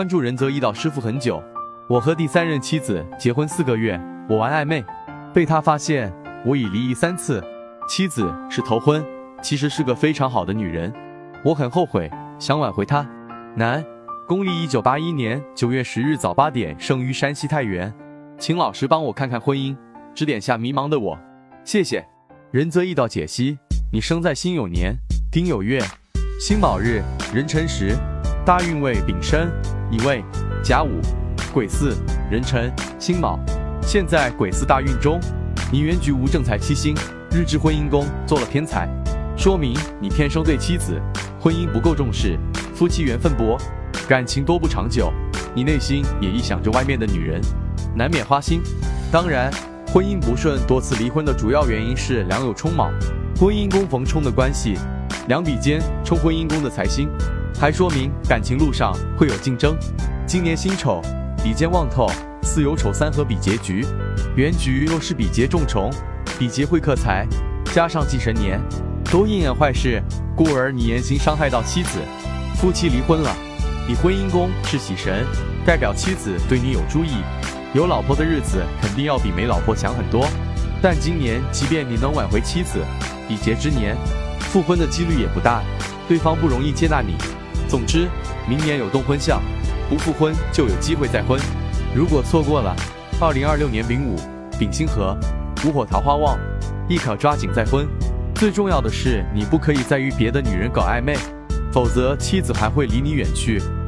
关注仁泽一岛师傅很久，我和第3任妻子结婚4个月，我玩暧昧，被他发现，我已离异3次。妻子是头婚，其实是个非常好的女人，我很后悔，想挽回她。男，公历1981年9月10日早8点生于山西太原，请老师帮我看看婚姻，指点下迷茫的我，谢谢。仁泽一岛解析：你生在辛酉年、丁酉月、辛卯日、壬辰时，大运位丙申、乙未、甲午、癸巳、壬辰、辛卯。现在癸巳大运中，你原局无正财七星，日支婚姻宫做了偏财，说明你天生对妻子、婚姻不够重视，夫妻缘分薄，感情多不长久。你内心也臆想着外面的女人，难免花心。当然，婚姻不顺多次离婚的主要原因是两有冲卯，婚姻宫逢冲的关系，两笔尖冲婚姻宫的财星，还说明感情路上会有竞争。今年辛丑，比肩旺透，巳酉丑3合比劫局，原局又是比劫重重，比劫会克财，加上忌神年，都应验坏事，故而你言行伤害到妻子，夫妻离婚了。你婚姻宫是喜神，代表妻子对你有注意，有老婆的日子肯定要比没老婆强很多。但今年即便你能挽回妻子，比劫之年，复婚的几率也不大，对方不容易接纳你。总之，明年有动婚相，不复婚就有机会再婚。如果错过了，2026年丙午，丙辛合，午火桃花旺，亦可抓紧再婚。最重要的是，你不可以再与别的女人搞暧昧，否则妻子还会离你远去。